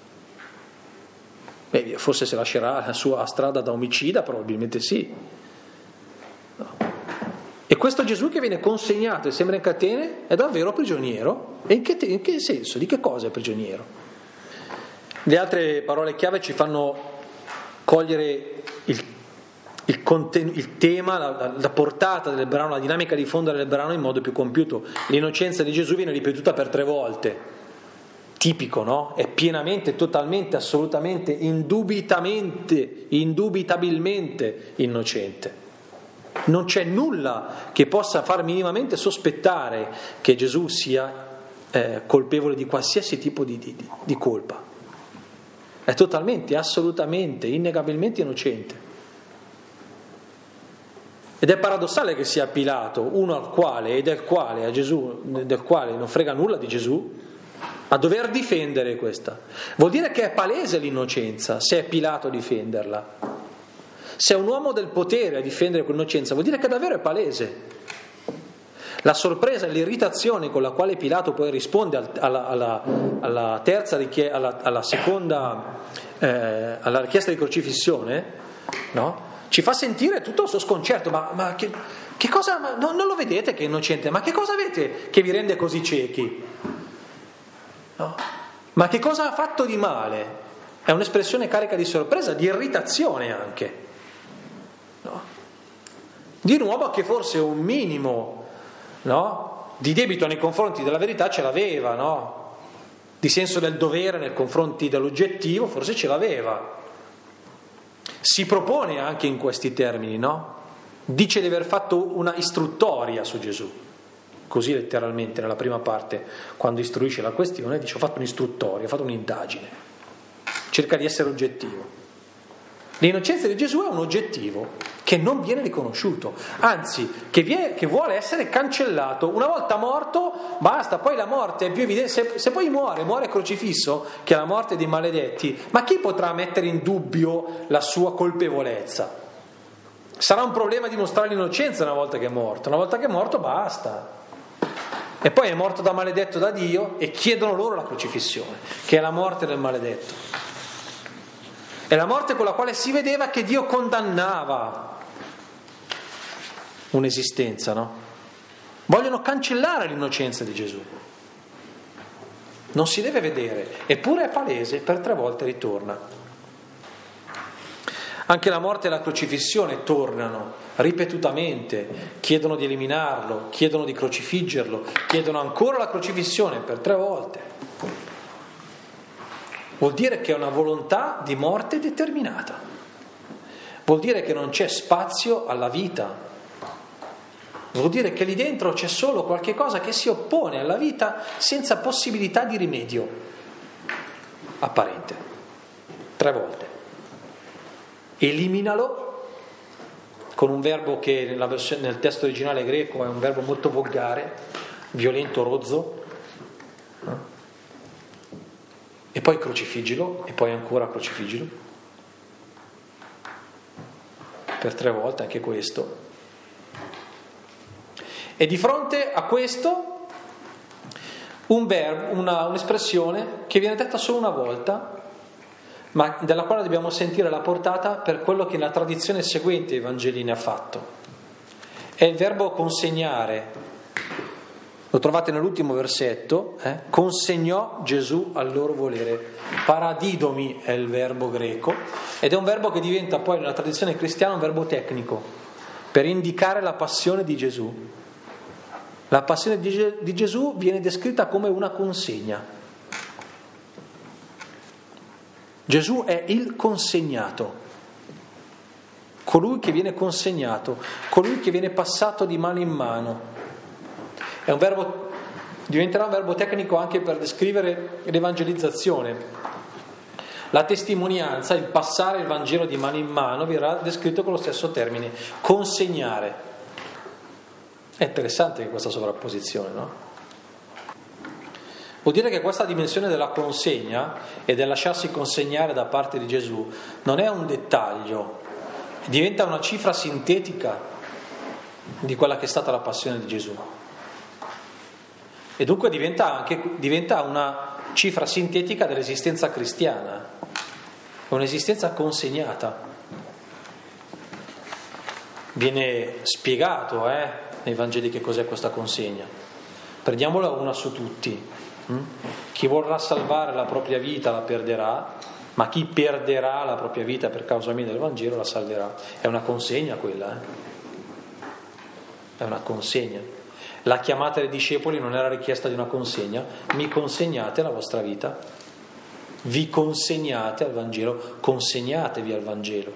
Forse se lascerà la sua strada da omicida, probabilmente sì. No. E questo Gesù che viene consegnato e sembra in catene è davvero prigioniero? E in che senso? Di che cosa è prigioniero? Le altre parole chiave ci fanno cogliere il tema, la portata del brano, la dinamica di fondo del brano in modo più compiuto. L'innocenza di Gesù viene ripetuta per 3 volte. Tipico, no? È pienamente, totalmente, assolutamente, indubitabilmente innocente. Non c'è nulla che possa far minimamente sospettare che Gesù sia colpevole di qualsiasi tipo di colpa. È totalmente, assolutamente, innegabilmente innocente. Ed è paradossale che sia Pilato, uno del quale non frega nulla di Gesù, a dover difendere questa. Vuol dire che è palese l'innocenza, se è Pilato a difenderla. Se è un uomo del potere a difendere quell'innocenza, vuol dire che davvero è palese. La sorpresa e l'irritazione con la quale Pilato poi risponde alla richiesta di crocifissione, no? Ci fa sentire tutto il suo sconcerto. Ma che cosa? Non lo vedete che è innocente? Ma che cosa avete che vi rende così ciechi? No? Ma che cosa ha fatto di male? È un'espressione carica di sorpresa, di irritazione anche, no? Di nuovo che forse un minimo, no, di debito nei confronti della verità ce l'aveva, no? Di senso del dovere nei confronti dell'oggettivo forse ce l'aveva. Si propone anche in questi termini, no? Dice di aver fatto una istruttoria su Gesù. Così letteralmente nella prima parte, quando istruisce la questione, dice: ho fatto un'istruttoria, ho fatto un'indagine, cerca di essere oggettivo. L'innocenza di Gesù è un oggettivo che non viene riconosciuto, anzi che vuole essere cancellato. Una volta morto basta, poi la morte è più evidente. Se poi muore crocifisso, che è la morte dei maledetti, ma chi potrà mettere in dubbio la sua colpevolezza? Sarà un problema dimostrare l'innocenza una volta che è morto basta. E poi è morto da maledetto da Dio e chiedono loro la crocifissione, che è la morte del maledetto. È la morte con la quale si vedeva che Dio condannava un'esistenza, no? Vogliono cancellare l'innocenza di Gesù. Non si deve vedere, eppure è palese, per 3 volte ritorna. Anche la morte e la crocifissione tornano ripetutamente, chiedono di eliminarlo, chiedono di crocifiggerlo, chiedono ancora la crocifissione per 3 volte. Vuol dire che è una volontà di morte determinata. Vuol dire che non c'è spazio alla vita. Vuol dire che lì dentro c'è solo qualche cosa che si oppone alla vita senza possibilità di rimedio apparente. 3 volte. Eliminalo con un verbo che nel testo originale greco è un verbo molto volgare, violento, rozzo, e poi crocifiggilo, e poi ancora crocifiggilo per 3 volte, anche questo. E di fronte a questo un verbo, un'espressione che viene detta solo una volta, ma della quale dobbiamo sentire la portata per quello che la tradizione seguente ai Vangeli ne ha fatto. È il verbo consegnare. Lo trovate nell'ultimo versetto, consegnò Gesù al loro volere. Paradidomi è il verbo greco, ed è un verbo che diventa poi nella tradizione cristiana un verbo tecnico per indicare la passione di Gesù. La passione di Gesù viene descritta come una consegna. Gesù è il consegnato, colui che viene consegnato, colui che viene passato di mano in mano. È un verbo, diventerà un verbo tecnico anche per descrivere l'evangelizzazione. La testimonianza, il passare il Vangelo di mano in mano, verrà descritto con lo stesso termine, consegnare. È interessante questa sovrapposizione, no? Vuol dire che questa dimensione della consegna e del lasciarsi consegnare da parte di Gesù non è un dettaglio, diventa una cifra sintetica di quella che è stata la passione di Gesù. e dunque diventa una cifra sintetica dell'esistenza cristiana, un'esistenza consegnata. Viene spiegato nei Vangeli che cos'è questa consegna. Prendiamola una su tutti. Chi vorrà salvare la propria vita la perderà, ma chi perderà la propria vita per causa mia del Vangelo la salverà. È una consegna quella, È una consegna. La chiamata dei discepoli non era richiesta di una consegna. Mi consegnate la vostra vita, vi consegnate al Vangelo, consegnatevi al Vangelo,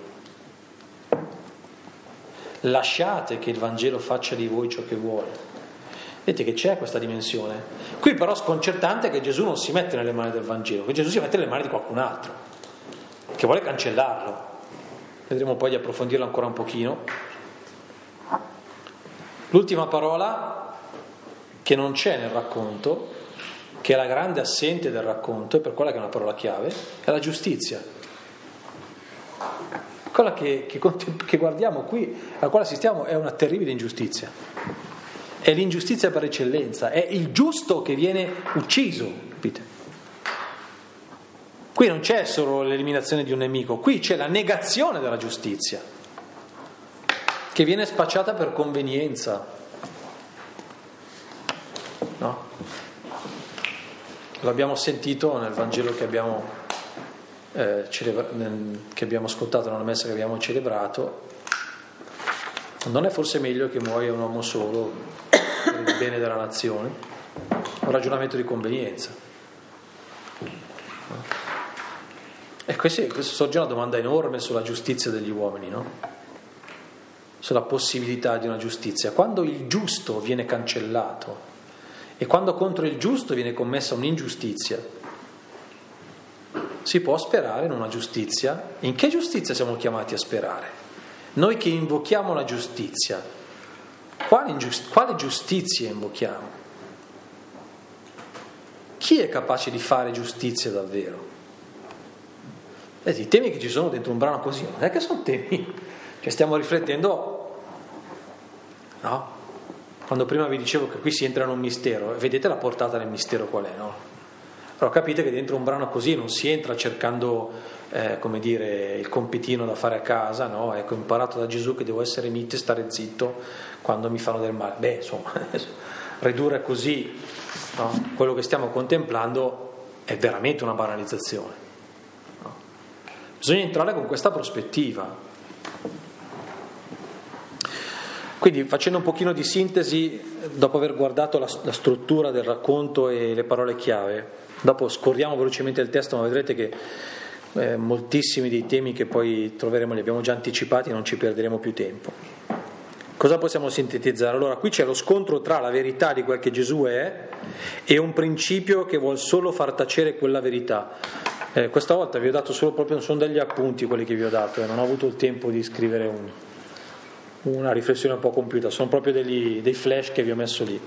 lasciate che il Vangelo faccia di voi ciò che vuole. Vedete che c'è questa dimensione. Qui però sconcertante che Gesù non si mette nelle mani del Vangelo, che Gesù si mette nelle mani di qualcun altro che vuole cancellarlo. Vedremo poi di approfondirlo ancora un pochino. L'ultima parola che non c'è nel racconto, che è la grande assente del racconto, e per quella che è una parola chiave, è la giustizia. Quella che guardiamo qui, alla quale assistiamo, è una terribile ingiustizia. È l'ingiustizia per eccellenza, è il giusto che viene ucciso, capite? Qui non c'è solo l'eliminazione di un nemico, qui c'è la negazione della giustizia, che viene spacciata per convenienza, no? L'abbiamo sentito nel Vangelo che abbiamo ascoltato nella messa che abbiamo celebrato. Non è forse meglio che muoia un uomo solo per il bene della nazione? Un ragionamento di convenienza. E questo sorge una domanda enorme sulla giustizia degli uomini, no? Sulla possibilità di una giustizia. Quando il giusto viene cancellato e quando contro il giusto viene commessa un'ingiustizia, si può sperare in una giustizia? In che giustizia siamo chiamati a sperare? Noi che invochiamo la giustizia, quale giustizia invochiamo? Chi è capace di fare giustizia davvero? I temi che ci sono dentro un brano così, non è che sono temi, cioè stiamo riflettendo, no? Quando prima vi dicevo che qui si entra in un mistero, vedete la portata del mistero qual è, no? Allora capite che dentro un brano così non si entra cercando, il compitino da fare a casa, no? Ecco, ho imparato da Gesù che devo essere mite e stare zitto quando mi fanno del male. Insomma, ridurre così, no? Quello che stiamo contemplando è veramente una banalizzazione. No? Bisogna entrare con questa prospettiva. Quindi, facendo un pochino di sintesi, dopo aver guardato la struttura del racconto e le parole chiave, dopo scorriamo velocemente il testo, ma vedrete che moltissimi dei temi che poi troveremo li abbiamo già anticipati e non ci perderemo più tempo. Cosa possiamo sintetizzare? Allora, qui c'è lo scontro tra la verità di quel che Gesù è e un principio che vuol solo far tacere quella verità. Questa volta vi ho dato solo proprio, sono degli appunti quelli che vi ho dato, non ho avuto il tempo di scrivere una riflessione un po' compiuta, sono proprio dei flash che vi ho messo lì.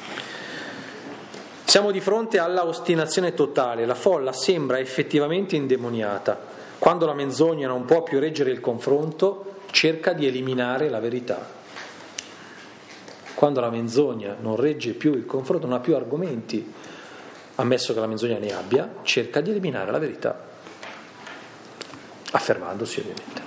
Siamo di fronte alla ostinazione totale, la folla sembra effettivamente indemoniata. Quando la menzogna non può più reggere il confronto, cerca di eliminare la verità. Quando la menzogna non regge più il confronto, non ha più argomenti, ammesso che la menzogna ne abbia, cerca di eliminare la verità, affermandosi ovviamente.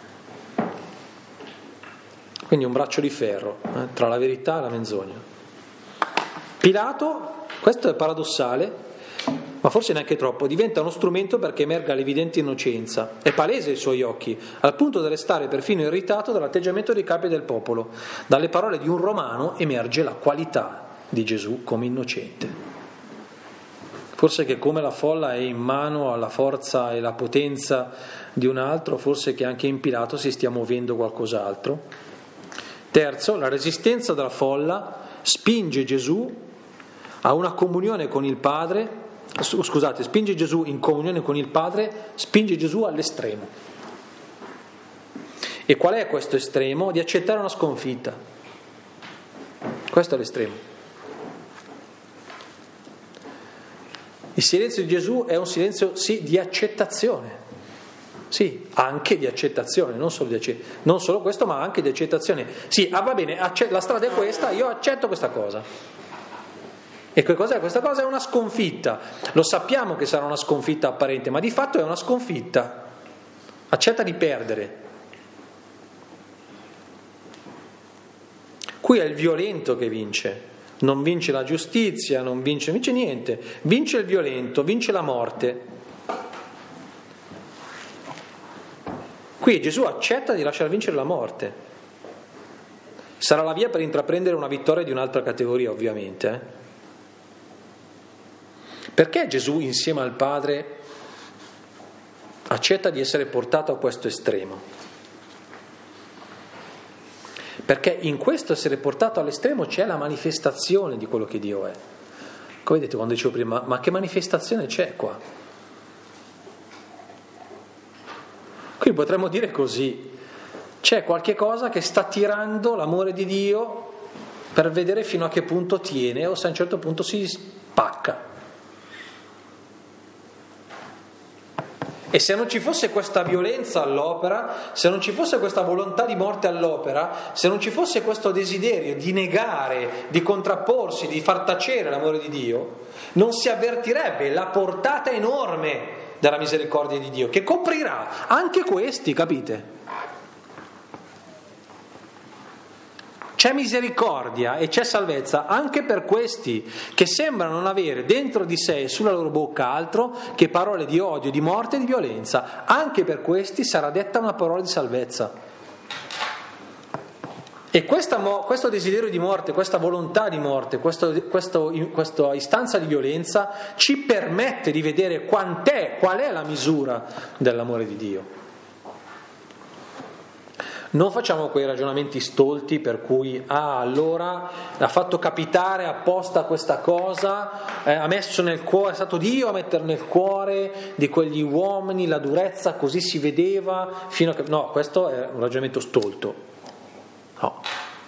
Quindi un braccio di ferro tra la verità e la menzogna. Pilato, questo è paradossale, ma forse neanche troppo, diventa uno strumento perché emerga l'evidente innocenza. È palese ai suoi occhi, al punto da restare perfino irritato dall'atteggiamento dei capi del popolo. Dalle parole di un romano emerge la qualità di Gesù come innocente. Forse che come la folla è in mano alla forza e alla potenza di un altro, forse che anche in Pilato si stia muovendo qualcos'altro. Terzo, la resistenza della folla spinge Gesù a una comunione con il Padre, spinge Gesù in comunione con il Padre, spinge Gesù all'estremo. E qual è questo estremo? Di accettare una sconfitta. Questo è l'estremo. Il silenzio di Gesù è un silenzio, sì, di accettazione. Sì, anche di accettazione, non solo questo, ma anche di accettazione. Sì, va bene, la strada è questa, io accetto questa cosa. E che cos'è? Questa cosa è una sconfitta. Lo sappiamo che sarà una sconfitta apparente, ma di fatto è una sconfitta. Accetta di perdere. Qui è il violento che vince. Non vince la giustizia, non vince niente. Vince il violento, vince la morte. Qui Gesù accetta di lasciar vincere la morte. Sarà la via per intraprendere una vittoria di un'altra categoria, ovviamente. Perché Gesù, insieme al Padre, accetta di essere portato a questo estremo? Perché in questo essere portato all'estremo c'è la manifestazione di quello che Dio è. Come vedete quando dicevo prima, ma che manifestazione c'è qua? Qui potremmo dire così, c'è qualche cosa che sta tirando l'amore di Dio per vedere fino a che punto tiene o se a un certo punto si spacca. E se non ci fosse questa violenza all'opera, se non ci fosse questa volontà di morte all'opera, se non ci fosse questo desiderio di negare, di contrapporsi, di far tacere l'amore di Dio, non si avvertirebbe la portata enorme della misericordia di Dio, che coprirà anche questi, capite? C'è misericordia e c'è salvezza anche per questi che sembrano non avere dentro di sé e sulla loro bocca altro che parole di odio, di morte e di violenza. Anche per questi sarà detta una parola di salvezza. E questo desiderio di morte, questa volontà di morte, questa istanza di violenza ci permette di vedere qual è la misura dell'amore di Dio. Non facciamo quei ragionamenti stolti per cui allora ha fatto capitare apposta questa cosa, ha messo nel cuore, è stato Dio a mettere nel cuore di quegli uomini la durezza, così si vedeva fino a che... No, questo è un ragionamento stolto. No.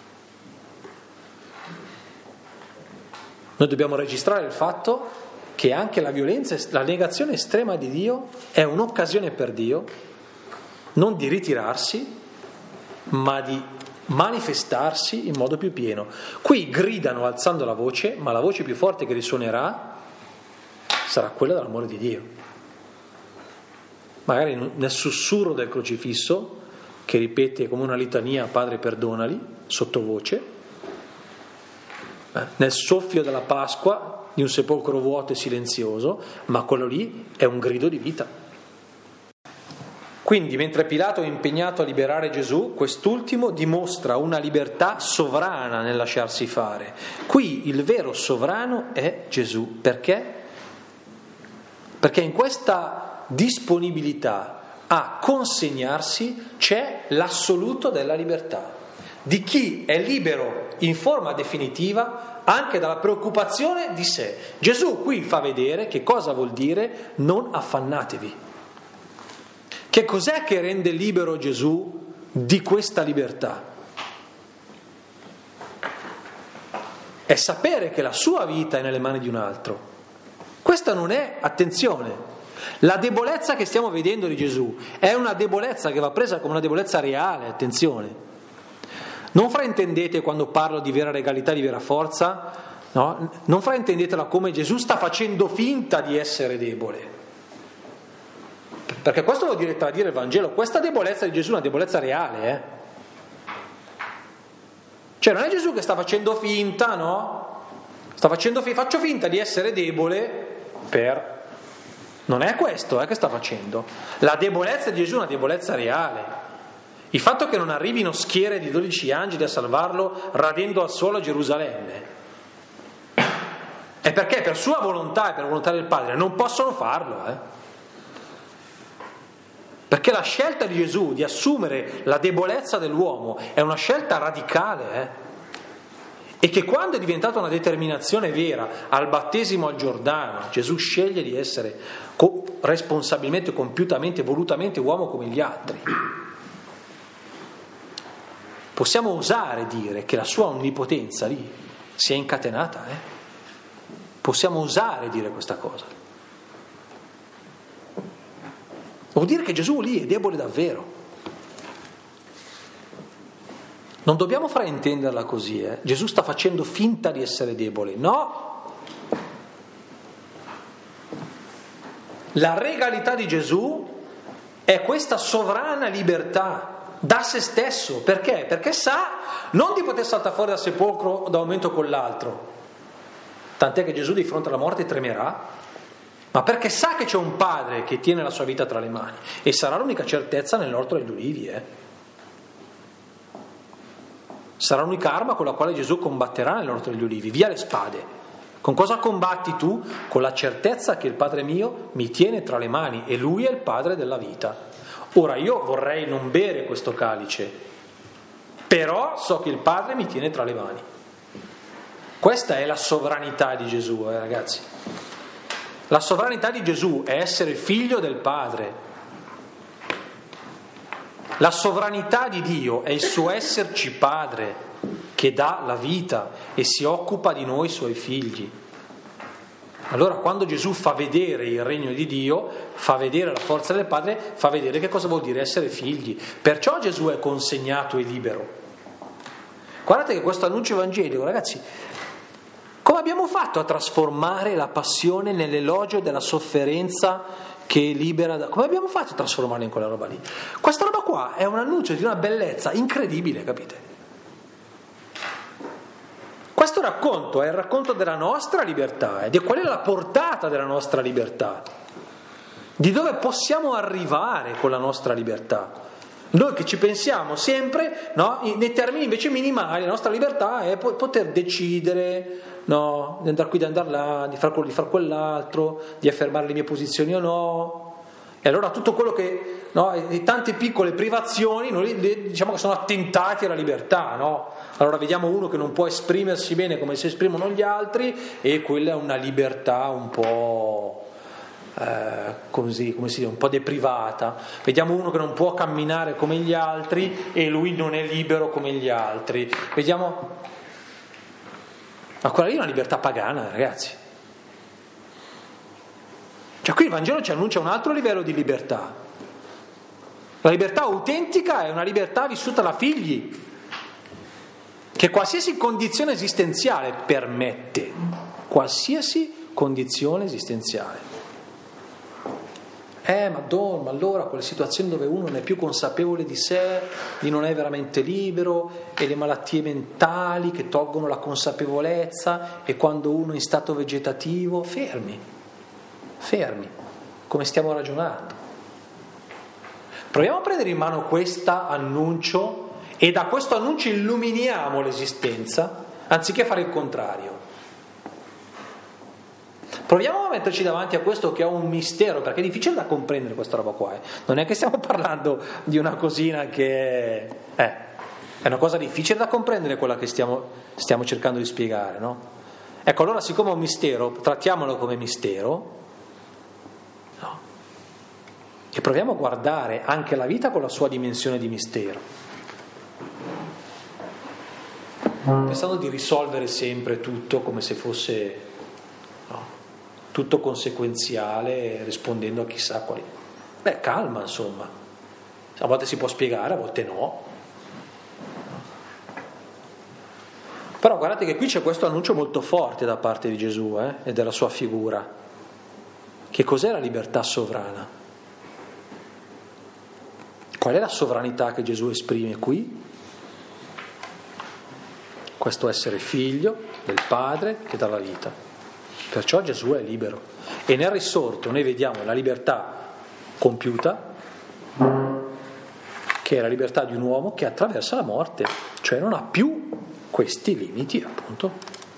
Noi dobbiamo registrare il fatto che anche la violenza, la negazione estrema di Dio è un'occasione per Dio non di ritirarsi, ma di manifestarsi in modo più pieno. Qui gridano alzando la voce, ma la voce più forte che risuonerà sarà quella dell'amore di Dio. Magari nel sussurro del crocifisso, che ripete come una litania Padre perdonali, sottovoce, nel soffio della Pasqua di un sepolcro vuoto e silenzioso, ma quello lì è un grido di vita. Quindi, mentre Pilato è impegnato a liberare Gesù, quest'ultimo dimostra una libertà sovrana nel lasciarsi fare. Qui il vero sovrano è Gesù. Perché? Perché in questa disponibilità a consegnarsi c'è l'assoluto della libertà, di chi è libero in forma definitiva anche dalla preoccupazione di sé. Gesù qui fa vedere che cosa vuol dire non affannatevi. Che cos'è che rende libero Gesù di questa libertà? È sapere che la sua vita è nelle mani di un altro. Questa non è, attenzione, la debolezza che stiamo vedendo di Gesù è una debolezza che va presa come una debolezza reale, attenzione. Non fraintendete quando parlo di vera regalità, di vera forza, no? Non fraintendetela come Gesù sta facendo finta di essere debole. Perché questo lo dire il Vangelo, questa debolezza di Gesù è una debolezza reale, Cioè non è Gesù che sta facendo finta, no? Faccio finta di essere debole per... Non è questo che sta facendo. La debolezza di Gesù è una debolezza reale. Il fatto che non arrivino schiere di 12 angeli a salvarlo radendo al suolo Gerusalemme è perché per sua volontà e per la volontà del Padre non possono farlo, Perché la scelta di Gesù di assumere la debolezza dell'uomo è una scelta radicale, e che quando è diventata una determinazione vera al battesimo al Giordano, Gesù sceglie di essere responsabilmente, compiutamente, volutamente uomo come gli altri. Possiamo osare dire che la sua onnipotenza lì si è incatenata, Possiamo osare dire questa cosa. Vuol dire che Gesù lì è debole davvero. Non dobbiamo fraintenderla così, Gesù sta facendo finta di essere debole. No, La regalità di Gesù è questa sovrana libertà da se stesso. Perché? Perché sa non di poter saltare fuori dal sepolcro da un momento con l'altro, tant'è che Gesù di fronte alla morte tremerà, ma perché sa che c'è un Padre che tiene la sua vita tra le mani, e sarà l'unica certezza nell'orto degli ulivi. Sarà l'unica arma con la quale Gesù combatterà nell'orto degli ulivi. Via le spade. Con cosa combatti tu? Con la certezza che il Padre mio mi tiene tra le mani e Lui è il Padre della vita. Ora io vorrei non bere questo calice, però so che il Padre mi tiene tra le mani. Questa è la sovranità di Gesù, ragazzi. La sovranità di Gesù è essere figlio del Padre. La sovranità di Dio è il suo esserci Padre, che dà la vita e si occupa di noi suoi figli. Allora quando Gesù fa vedere il regno di Dio, fa vedere la forza del Padre, fa vedere che cosa vuol dire essere figli. Perciò Gesù è consegnato e libero. Guardate che questo annuncio evangelico, ragazzi, come abbiamo fatto a trasformare la passione nell'elogio della sofferenza che libera come abbiamo fatto a trasformarla in quella roba lì? Questa roba qua è un annuncio di una bellezza incredibile, capite? Questo racconto è il racconto della nostra libertà ed è qual è la portata della nostra libertà, di dove possiamo arrivare con la nostra libertà. Noi che ci pensiamo sempre, no, nei termini invece minimali, la nostra libertà è poter decidere, no, di andare qui, di andare là, di far quello, di far quell'altro, di affermare le mie posizioni o no. E allora tutto quello che, no, tante piccole privazioni, noi diciamo che sono attentati alla libertà, no? Allora vediamo uno che non può esprimersi bene come si esprimono gli altri, e quella è una libertà un po' così, come si dice, un po' deprivata. Vediamo uno che non può camminare come gli altri e lui non è libero come gli altri. Vediamo, ma quella lì è una libertà pagana, ragazzi. Cioè qui il Vangelo ci annuncia un altro livello di libertà. La libertà autentica è una libertà vissuta da figli, che qualsiasi condizione esistenziale permette, qualsiasi condizione esistenziale. Ma allora quelle situazioni dove uno non è più consapevole di sé, di non è veramente libero, e le malattie mentali che tolgono la consapevolezza, e quando uno è in stato vegetativo, fermi, come stiamo ragionando. Proviamo a prendere in mano questo annuncio e da questo annuncio illuminiamo l'esistenza, anziché fare il contrario. Proviamo a metterci davanti a questo che è un mistero, perché è difficile da comprendere questa roba qua. Non è che stiamo parlando di una cosina che è una cosa difficile da comprendere, quella che stiamo cercando di spiegare, no? Ecco, allora siccome è un mistero, trattiamolo come mistero, no? E proviamo a guardare anche la vita con la sua dimensione di mistero, pensando di risolvere sempre tutto come se fosse, no, tutto conseguenziale, rispondendo a chissà quali. Calma, insomma. A volte si può spiegare, a volte no. Però guardate che qui c'è questo annuncio molto forte da parte di Gesù e della sua figura. Che cos'è la libertà sovrana? Qual è la sovranità che Gesù esprime qui? Questo essere figlio del Padre che dà la vita. Perciò Gesù è libero. E nel risorto noi vediamo la libertà compiuta, che è la libertà di un uomo che attraversa la morte, cioè non ha più questi limiti, appunto.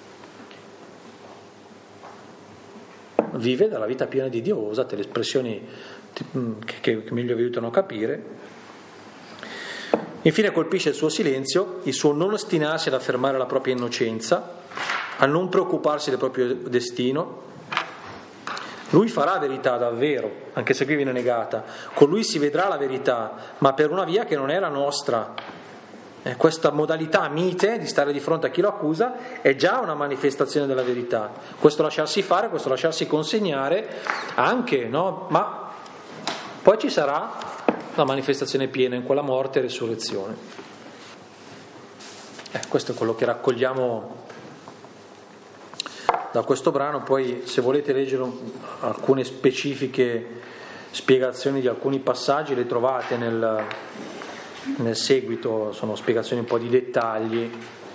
Vive dalla vita piena di Dio. Usate le espressioni che meglio vi aiutano a capire. Infine colpisce il suo silenzio, il suo non ostinarsi ad affermare la propria innocenza, a non preoccuparsi del proprio destino. Lui farà verità davvero, anche se qui viene negata. Con lui si vedrà la verità, ma per una via che non è la nostra. Questa modalità mite di stare di fronte a chi lo accusa è già una manifestazione della verità. Questo lasciarsi fare, questo lasciarsi consegnare anche, no? Ma poi ci sarà la manifestazione piena in quella morte e resurrezione. Questo è quello che raccogliamo da questo brano. Poi se volete leggere alcune specifiche spiegazioni di alcuni passaggi le trovate nel seguito, sono spiegazioni un po' di dettagli,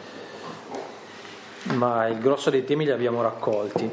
ma il grosso dei temi li abbiamo raccolti.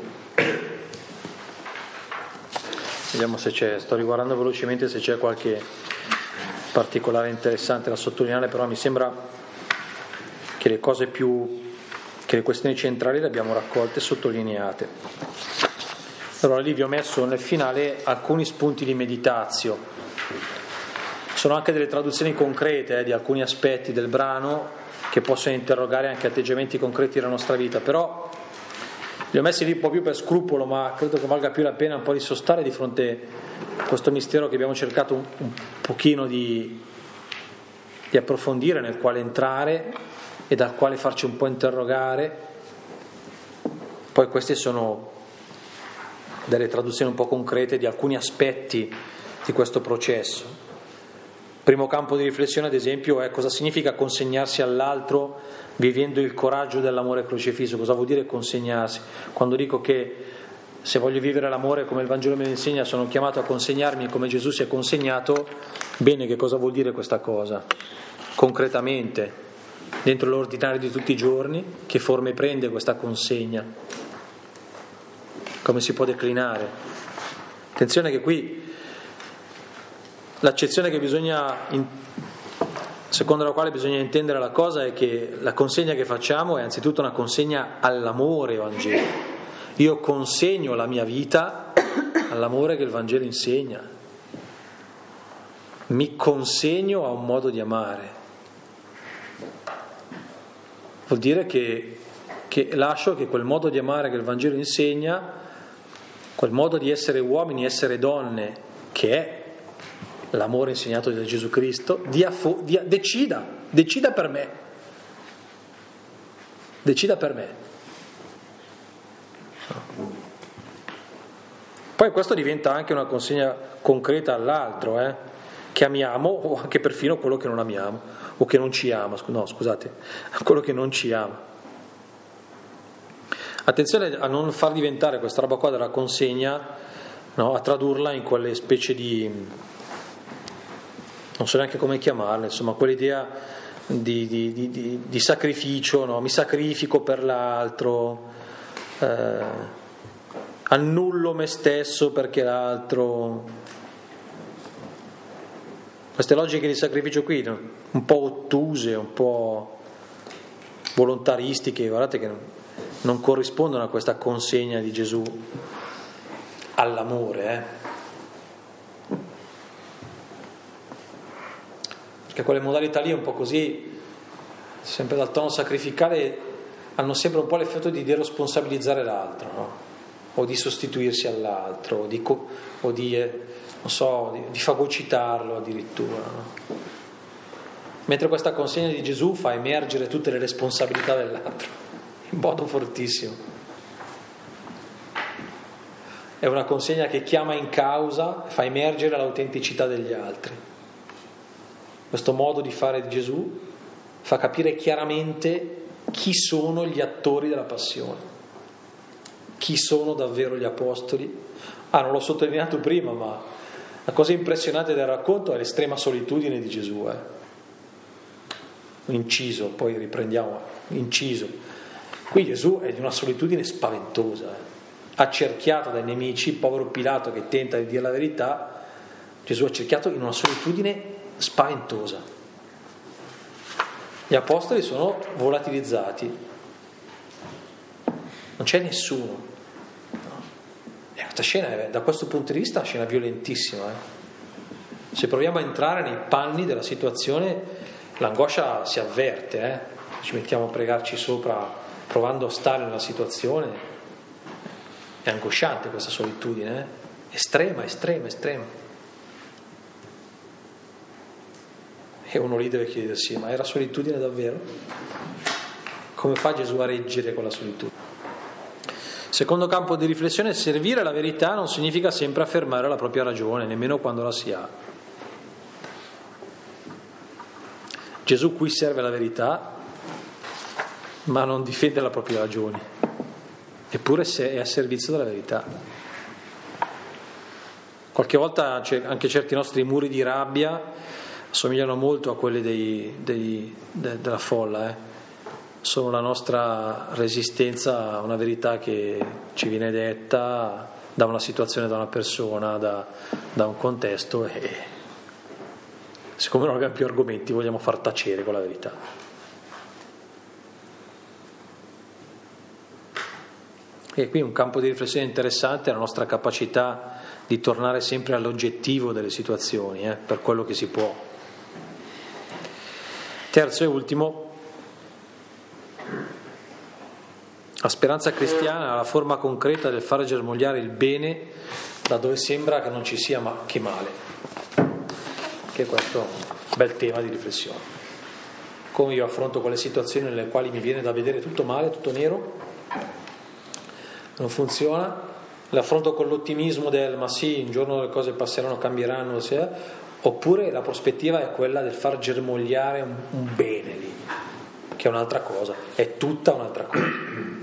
Vediamo se c'è, sto riguardando velocemente se c'è qualche particolare interessante da sottolineare, però mi sembra che le cose che le questioni centrali le abbiamo raccolte e sottolineate. Allora lì vi ho messo nel finale alcuni spunti di meditazio, sono anche delle traduzioni concrete di alcuni aspetti del brano che possono interrogare anche atteggiamenti concreti della nostra vita, però li ho messi lì un po' più per scrupolo, ma credo che valga più la pena un po' di sostare di fronte a questo mistero che abbiamo cercato un pochino di approfondire, nel quale entrare e dal quale farci un po' interrogare. Poi queste sono delle traduzioni un po' concrete di alcuni aspetti di questo processo. Primo campo di riflessione, ad esempio, è cosa significa consegnarsi all'altro vivendo il coraggio dell'amore crocifisso. Cosa vuol dire consegnarsi? Quando dico che se voglio vivere l'amore come il Vangelo me lo insegna, sono chiamato a consegnarmi come Gesù si è consegnato, bene, che cosa vuol dire questa cosa? Concretamente, dentro l'ordinario di tutti i giorni, che forme prende questa consegna? Come si può declinare? Attenzione che qui l'accezione che secondo la quale bisogna intendere la cosa è che la consegna che facciamo è anzitutto una consegna all'amore evangelico. Io consegno la mia vita all'amore che il Vangelo insegna, mi consegno a un modo di amare. Vuol dire che lascio che quel modo di amare che il Vangelo insegna, quel modo di essere uomini, essere donne, che è l'amore insegnato da Gesù Cristo, decida per me. Decida per me. Poi questo diventa anche una consegna concreta all'altro, che amiamo, o anche perfino quello che non amiamo, o che non ci ama, quello che non ci ama. Attenzione a non far diventare questa roba qua della consegna, a tradurla in quelle specie di, non so neanche come chiamarla, insomma, quell'idea di sacrificio, mi sacrifico per l'altro, annullo me stesso perché l'altro. Queste logiche di sacrificio qui, un po' ottuse, un po' volontaristiche, guardate che non corrispondono a questa consegna di Gesù all'amore, perché quelle modalità lì un po' così, sempre dal tono sacrificale, hanno sempre un po' l'effetto di deresponsabilizzare l'altro, o di sostituirsi all'altro, o di fagocitarlo addirittura, mentre questa consegna di Gesù fa emergere tutte le responsabilità dell'altro in modo fortissimo. È una consegna che chiama in causa, fa emergere l'autenticità degli altri. Questo modo di fare di Gesù fa capire chiaramente chi sono gli attori della passione, chi sono davvero gli apostoli. Non l'ho sottolineato prima, ma la cosa impressionante del racconto è l'estrema solitudine di Gesù. Inciso, poi riprendiamo, inciso. Qui Gesù è di una solitudine spaventosa, accerchiato dai nemici, povero Pilato che tenta di dire la verità, Gesù è accerchiato in una solitudine spaventosa. Gli apostoli sono volatilizzati, non c'è nessuno. E questa scena è, da questo punto di vista, una scena violentissima. Se proviamo a entrare nei panni della situazione, l'angoscia si avverte, ci mettiamo a pregarci sopra, provando a stare nella situazione. È angosciante questa solitudine, estrema. E uno lì deve chiedersi: ma era solitudine davvero? Come fa Gesù a reggere quella solitudine? Secondo campo di riflessione: servire la verità non significa sempre affermare la propria ragione, nemmeno quando la si ha. Gesù qui serve la verità, ma non difende la propria ragione. eppure è a servizio della verità. Qualche volta anche certi nostri muri di rabbia somigliano molto a quelli della folla, Sono la nostra resistenza a una verità che ci viene detta da una situazione, da una persona, da un contesto, e siccome non abbiamo più argomenti vogliamo far tacere con la verità. E qui un campo di riflessione interessante è la nostra capacità di tornare sempre all'oggettivo delle situazioni, per quello che si può. Terzo e ultimo, la speranza cristiana è la forma concreta del fare germogliare il bene da dove sembra che non ci sia che male. Che questo è un bel tema di riflessione. Come io affronto quelle situazioni nelle quali mi viene da vedere tutto male, tutto nero, non funziona, l'affronto con l'ottimismo del ma sì, un giorno le cose passeranno, cambieranno, oppure la prospettiva è quella del far germogliare un bene lì, che è un'altra cosa, è tutta un'altra cosa.